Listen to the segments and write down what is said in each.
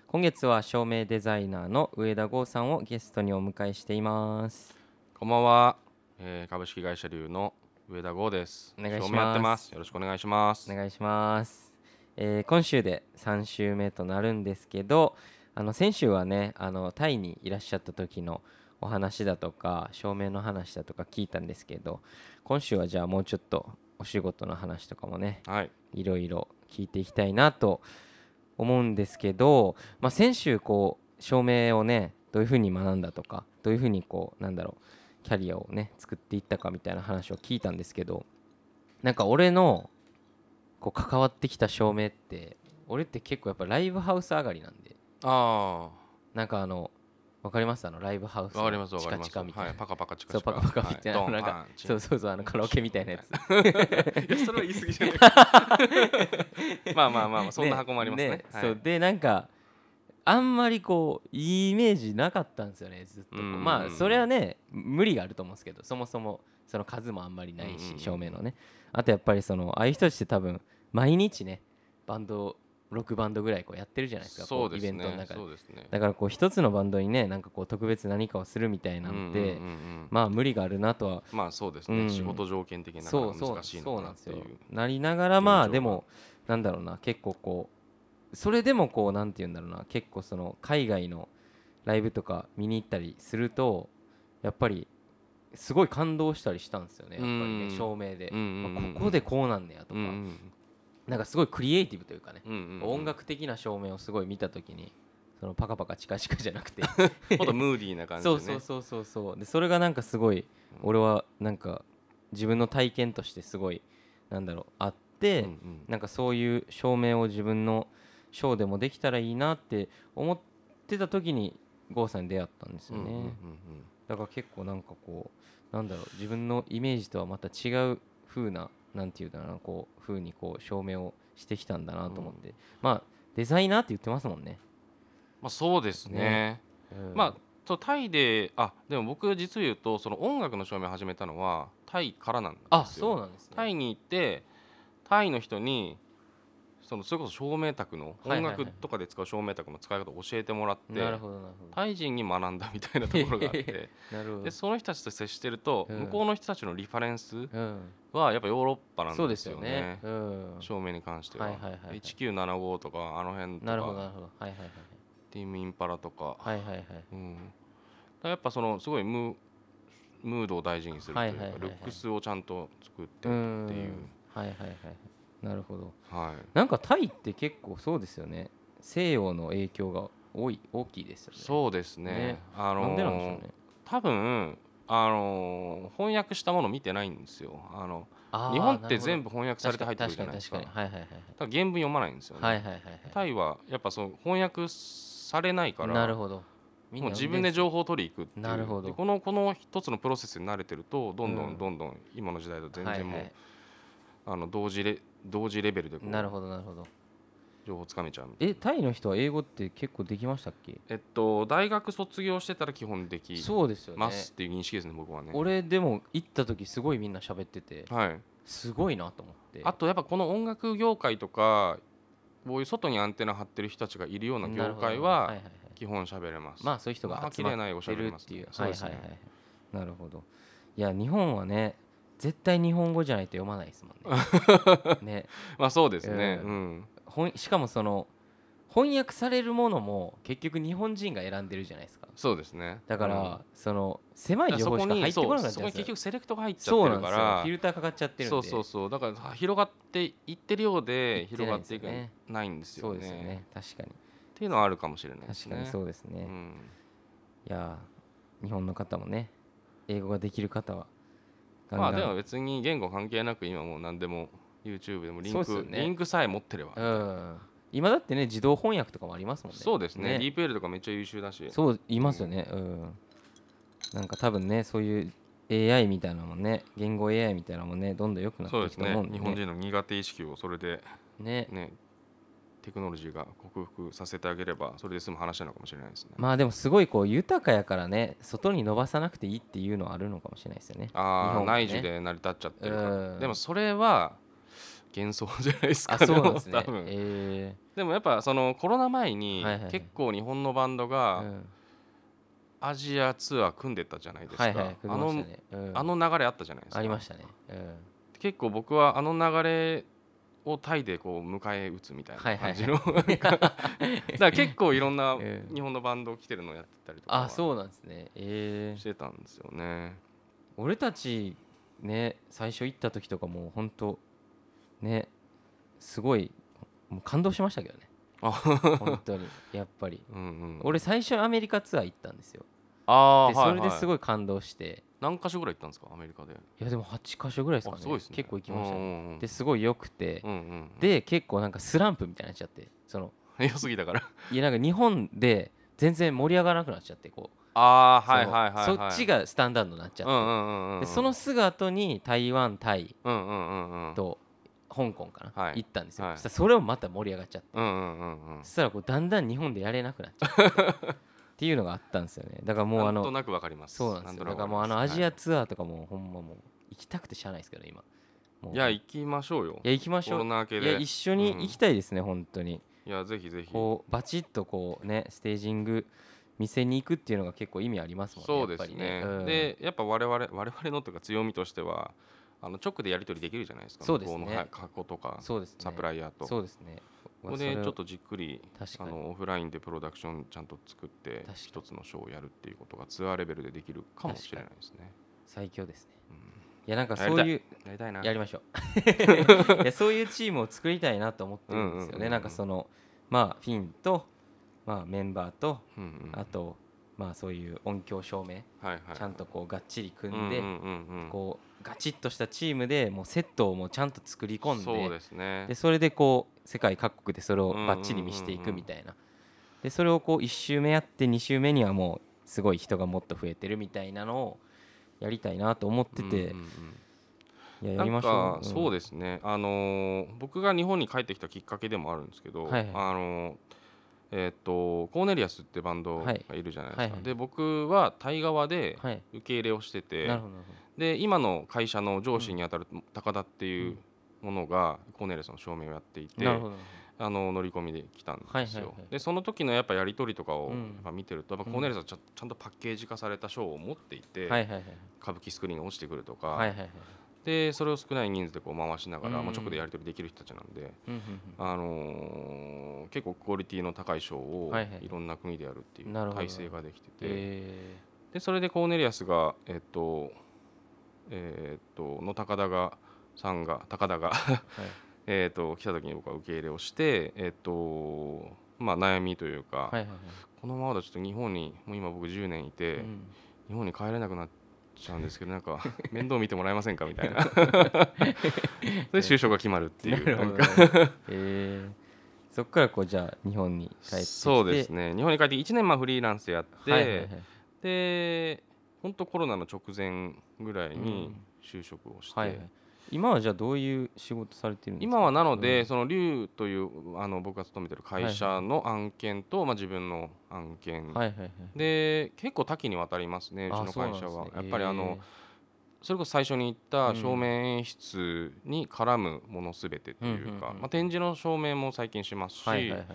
今月は照明デザイナーの上田剛さんをゲストにお迎えしています。 こんばんは、株式会社流の上田剛です。 お願いし照明やってます。 ます。よろしくお願いします。 お願いします。今週で3週目となるんですけど、先週はね、タイにいらっしゃった時のお話だとか照明の話だとか聞いたんですけど、今週はじゃあもうちょっとお仕事の話とかもね、 はい。 いろいろ聞いていきたいなと思うんですけど、先週こう照明をねどういうふうに学んだとか、どういうふうにこうキャリアをね作っていったかみたいな話を聞いたんですけど、なんか俺のこう関わってきた照明って、俺って結構やっぱライブハウス上がりなんで、 あなんかわかります？ライブハウスわかります、わのチカかります。はい。 チカみたいな、 パカパカチカそうチカ。 パカパカみたいな、 はい、ドン、 なんかパン、チン。 そうそうそう、カラオケみたいなやついや、それは言い過ぎじゃない。まあまあまあまあ、そんな箱もありますね。はい。 そうで、なんかあんまりこういいイメージなかったんですよね、ずっとこう。まあそれはね無理があると思うんですけど、そもそもその数もあんまりないし、照明のね。あとやっぱりああいう人たちって多分毎日ねバンド6バンドぐらいこうやってるじゃないですか、こうイベントの中で。 そうですね。 だからこう一つのバンドにねなんかこう特別何かをするみたいなんて、まあ無理があるなとは。 まあそうですね。 うん仕事条件的になかなか難しいのかなっていうなりながら、 現状が。 まあでもなんだろうな、結構こうそれでもこうなんて言うんだろうな、結構その海外のライブとか見に行ったりするとやっぱりすごい感動したりしたんですよね、やっぱりね、照明で、ここでこうなんねやとか、なんかすごいクリエイティブというかね、音楽的な照明をすごい見た時に、そのパカパカチカチカじゃなくてもっとムーディーな感じでね。 そうで、それがなんかすごい俺はなんか自分の体験としてすごいなんだろうあって、なんかそういう照明を自分のショーでもできたらいいなって思ってた時に郷さんに出会ったんですよね。だから結構なんかこうなんだろう、自分のイメージとはまた違う風な、なんていうかな、こう風にこう照明をしてきたんだなと思って、まあデザイナーって言ってますもんね。 まあそうですね。まあタイで、でも僕実を言うとその音楽の照明を始めたのはタイからなんですよ。 そうなんですね。 タイに行ってタイの人にそれこそ照明卓の音楽とかで使う照明卓の使い方を教えてもらって、タイ人に学んだみたいなところがあってでその人たちと接してると、向こうの人たちのリファレンスはやっぱヨーロッパなんですよね、照明に関しては。1975とかあの辺とかティム・インパラとか、やっぱそのすごいムードを大事にするというか、ルックスをちゃんと作ってっていう。 なるほど。 はい。 なんかタイって結構そうですよね、西洋の影響が大きいですよね。 そうですね。 なんでなんでしょうね。 多分翻訳したもの見てないんですよ。日本って全部翻訳されて入ってくるじゃないですか。だから原文読まないんですよね。タイはやっぱそう翻訳されないから、 なるほど、 もう自分で情報を取り行くっていう。 なるほど。 でこの一つのプロセスに慣れてるとどんどん今の時代だと全然もう、同時レベルでこう情報つかめちゃう。 タイの人は英語って結構できましたっけ？ 大学卒業してたら基本できますっていう認識ですね、僕はね。 俺でも行った時すごいみんな喋ってて、すごいなと思って。 あとやっぱこの音楽業界とかこういう外にアンテナ張ってる人たちがいるような業界は基本喋れます。 まあそういう人が集まってるっていう。 そうですね。 なるほど。いや日本はね絶対日本語じゃないと読まないですもんね。 まあそうですね。 しかもその翻訳されるものも結局日本人が選んでるじゃないですか。 そうですね。 だからその狭い情報しか入ってこなかったんですよ。 そこに結局セレクトが入っちゃってるから、 フィルターかかっちゃってるんで。 そうだから広がっていってるようで広がっていかないんですよね。 そうですよね、確かに。 っていうのはあるかもしれないですね。 確かにそうですね。いや日本の方もね英語ができる方はまあでも別に言語関係なく今もう何でも YouTube でもリンクさえ持ってれば。 今だってね自動翻訳とかもありますもんね。 そうですね。DeepL とかめっちゃ優秀だし。 そう言いますよね。なんか多分ねそういう AI みたいなのもね、言語 AI みたいなのもねどんどん良くなっていくと思うんでね。 日本人の苦手意識をそれでねテクノロジーが克服させてあげればそれで済む話なのかもしれないですね。 まあでもすごいこう豊かやからね、外に伸ばさなくていいっていうのはあるのかもしれないですよね。 内需で成り立っちゃってるから。でもそれは幻想じゃないですか。 あ、そうなんですね。 多分でもやっぱそのコロナ前に結構日本のバンドがアジアツアー組んでたじゃないですか。あの流れあったじゃないですか。 ありましたね。 結構僕はあの流れをタイでこう迎え撃つみたいな感じのだから結構いろんな日本のバンド来てるのをやってたりとかあ、そうなんですね。 してたんですよね。 俺たちね、最初行った時とかもう本当ね、すごいもう感動しましたけどね。本当にやっぱり俺最初アメリカツアー行ったんですよ。でそれですごい感動して。 何箇所ぐらい行ったんですか、アメリカで。 いやでも8箇所ぐらいですかね。 すごいですね。 結構行きましたね。ですごい良くて、で結構なんかスランプみたいになっちゃって、その良すぎだからいやなんか日本で全然盛り上がらなくなっちゃって、こうそっちがスタンダードになっちゃって、でそのすぐ後に台湾、タイと香港かな、行ったんですよ。そしたらそれをまた盛り上がっちゃって、そしたらこうだんだん日本でやれなくなっちゃってっていうのがあったんですよね。だからもうなんとなくわかります。 そうなんですよ。だからもうアジアツアーとかもほんまもう行きたくてしゃあないですけど今。 いや行きましょうよ。 いや行きましょう。 コロナ明けで。 いや一緒に行きたいですね、本当に。 いやぜひぜひ。 こうバチッとこうねステージング店に行くっていうのが結構意味ありますもんね。 そうですね。でやっぱ我々のというか強みとしては直でやり取りできるじゃないですか。 そうですね。 向こうの過去とかサプライヤーと。 そうですね。 ここでちょっとじっくりオフラインでプロダクションちゃんと作って一つのショーをやるっていうことがツアーレベルでできるかもしれないですね。 最強ですね。いやなんかそういうやりましょう。いやそういうチームを作りたいなと思ってるんですよね。なんかそのまあフィンとまあメンバーとあとまあそういう音響照明ちゃんとこうがっちり組んでこうガチッとしたチームでもうセットをもうちゃんと作り込んで、 そうですね。 でそれでこう世界各国でそれをバッチリ見していくみたいな。でそれをこう1周目やって2周目にはもうすごい人がもっと増えてるみたいなのをやりたいなと思ってて、 いややりましょう。そうですね。僕が日本に帰ってきたきっかけでもあるんですけど、コーネリアスってバンドがいるじゃないですか。で僕はタイ側で受け入れをしてて、で今の会社の上司にあたる高田っていうものがコーネリアスの照明をやっていて、乗り込みで来たんですよ。でその時のやっぱやり取りとかをやっぱ見てると、やっぱコーネリアスはちゃんとパッケージ化されたショーを持っていて、歌舞伎スクリーンが落ちてくるとか。でそれを少ない人数でこう回しながら、直でやり取りできる人たちなんで、結構クオリティの高いショーをいろんな国でやるっていう体制ができてて、でそれでコーネリアスがの高田が来た時に僕は受け入れをして、まあ悩みというか、このままだとちょっと日本にもう今僕10年いて、日本に帰れなくなっちゃうんですけど、なんか面倒見てもらえませんかみたいなで就職が決まるっていう。 そっからこうじゃあ日本に帰ってきて。 そうですね。日本に帰って1年フリーランスやって、で本当コロナの直前ぐらいに就職をして、 今はじゃあどういう仕事されてるんですか？ 今はなので、その龍という僕が勤めてる会社の案件と、自分の案件で結構多岐にわたりますね、うちの会社は。やっぱりそれこそ最初に言った照明演出に絡むものすべてというか、展示の照明も最近しますし、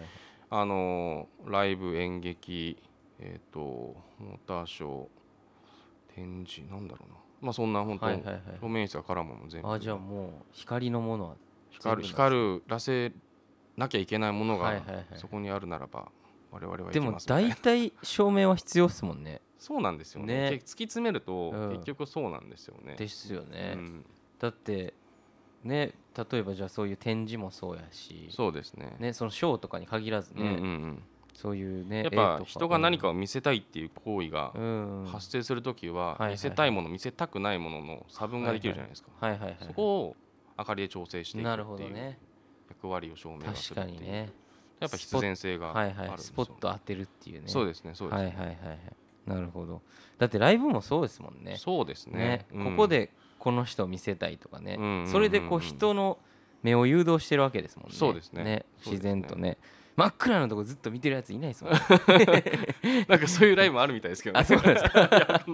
ライブ、演劇、モーターショー、展示なんだろうな。そんな本当に照明演出が絡むもの全部。 じゃあもう光のものは光らせなきゃいけないものがそこにあるならば我々はいけますみたいな。 でも大体照明は必要ですもんね。 そうなんですよね。突き詰めると結局そうなんですよね。 ですよね。だってね、例えばじゃあそういう展示もそうやし、 そうですね。 そのショーとかに限らずね、そういうね、 やっぱ人が何かを見せたいっていう行為が発生するときは、見せたいもの見せたくないものの差分ができるじゃないですか。そこを明かりで調整していくっていう役割を証明するっていう。確かにね。やっぱ必然性があるんですよ。 スポット当てるっていうね。 そうですね、そうですね。 なるほど。だってライブもそうですもんね。 そうですね。 ここでこの人を見せたいとかね、それでこう人の目を誘導してるわけですもんね。 そうですね。 自然とね。真っ暗なとこずっと見てるやついないですもんね。 なんかそういうライブもあるみたいですけどね。 あ、そうなんですか。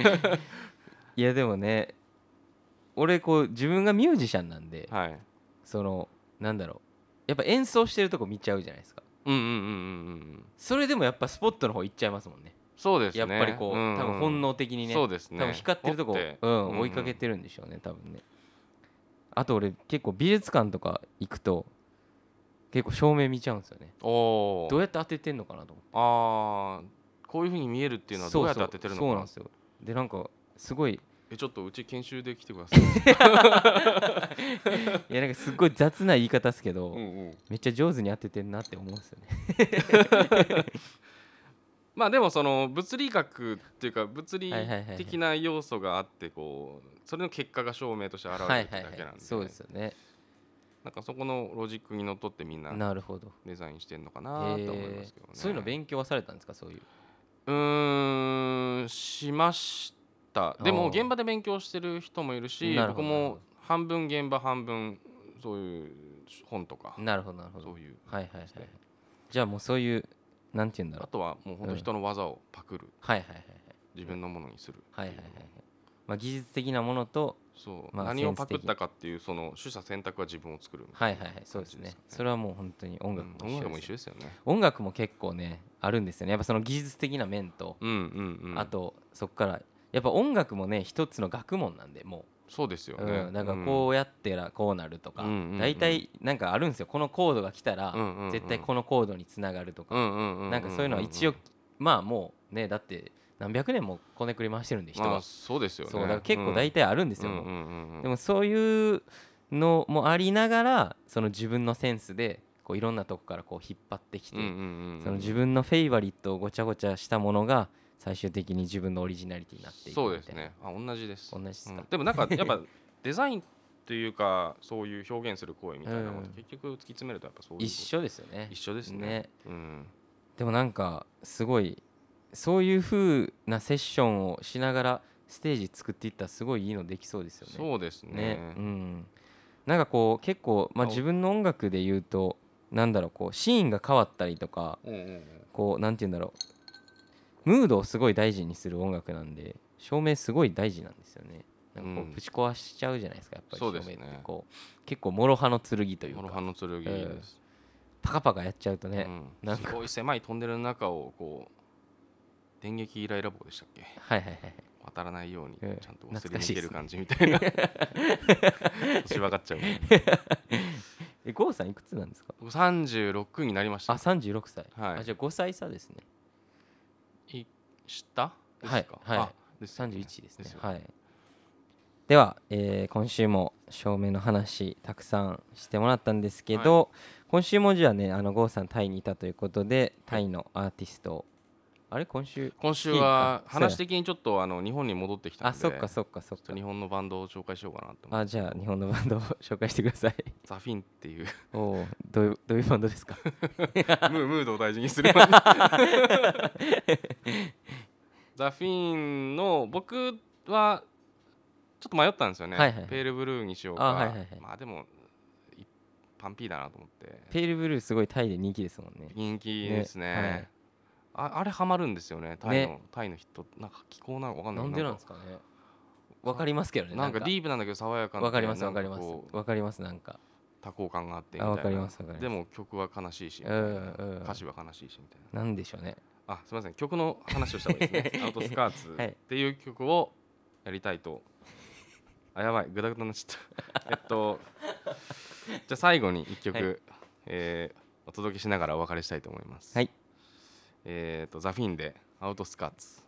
いやでもね、俺こう自分がミュージシャンなんで、 そのなんだろうやっぱ演奏してるとこ見ちゃうじゃないですか。それでもやっぱスポットの方行っちゃいますもんね。 そうですね。 やっぱりこう、多分本能的にね。 そうですね。 多分光ってるとこ、追いかけてるんでしょうね多分ね。あと俺結構美術館とか行くと結構照明見ちゃうんですよね。どうやって当ててんのかなと思って。 ああ、こういう風に見えるっていうのはどうやって当ててるのかな。 そうなんですよ。でなんかすごいちょっとうち研修で来てください。 いやなんかすごい雑な言い方ですけど、めっちゃ上手に当ててんなって思うんですよね。 まあでもその物理学っていうか物理的な要素があってこうそれの結果が証明として現れるだけなんで、 そうですよね。 なんかそこのロジックにのっとってみんなデザインしてんのかなと思いますけどね。 そういうの勉強はされたんですか？そういう。 しました。でも現場で勉強してる人もいるし、僕も半分現場半分そういう本とか。 なるほどなるほど。 そういう。 じゃあもうそういうなんていうんだろう。 あとはもう本当人の技をパクる。自分のものにする。 まあ技術的なものとそう何をパクったかっていうその取捨選択は自分を作る。 そうですね。それはもう本当に音楽も一緒ですよね。 音楽も結構ねあるんですよね。やっぱその技術的な面と、あとそこからやっぱ音楽もね一つの学問なんでもう。 そうですよね。 なんかこうやってらこうなるとか、大体なんかあるんですよ。このコードが来たら絶対このコードにつながるとか、なんかそういうのは一応まあもうねだって何百年もこねくり回してるんで人が。 そうですよね。 そうだから結構大体あるんですよ。でもそういうのもありながらその自分のセンスでこういろんなとこからこう引っ張ってきて、その自分のフェイバリットをごちゃごちゃしたものが最終的に自分のオリジナリティになっていくみたいな。 そうですね。同じです。 同じですか。 でもなんかやっぱデザインっていうかそういう表現する行為みたいなの結局突き詰めるとやっぱそういう一緒ですよね。 一緒ですね。 でもなんかすごいそういう風なセッションをしながらステージ作っていったらすごいいいのできそうですよね。 そうですね。 なんかこう結構まあ自分の音楽で言うとなんだろうこうシーンが変わったりとか、こうなんて言うんだろうムードをすごい大事にする音楽なんで照明すごい大事なんですよね。なんかこうぶち壊しちゃうじゃないですかやっぱり照明ってこう結構諸刃の剣というか。 諸刃の剣です。 パカパカやっちゃうとね、 なんかすごい狭いトンネルの中をこう電撃イライラ棒でしたっけ？渡らないようにちゃんとすり抜ける感じみたいな。年分かっちゃう。 郷さんいくつなんですか？ 僕36になりました。 あ、36歳。じゃあ5歳差ですね。 下ですか？31ですね。では、今週も照明の話たくさんしてもらったんですけど、今週もじゃあね郷さんタイにいたということでタイのアーティストをあれ今週は話的にちょっと日本に戻ってきたんで、 そっか日本のバンドを紹介しようかなと思って。 じゃあ日本のバンドを紹介してください。 ザフィンっていうどういうバンドですか？ ムードを大事にするザフィンの僕はちょっと迷ったんですよね。ペールブルーにしようか。まあでもパンピーだなと思って。 ペールブルーすごいタイで人気ですもんね。 人気ですね。あれハマるんですよね。タイの人なんか気候なのか分かんない。 なんでなんですかね。わかりますけどね。 なんかディープなんだけど爽やかな。 わかりますなんか多幸感があってみたいな。 わかりますでも曲は悲しいしみたいな。歌詞は悲しいしみたいな。 なんでしょうね。 すみません、曲の話をした方がいいですね。アウトスカーツっていう曲をやりたいと。やばい、グダグダになっちゃった。じゃあ最後に1曲、お届けしながらお別れしたいと思います。ザフィンでアウトスカーツ。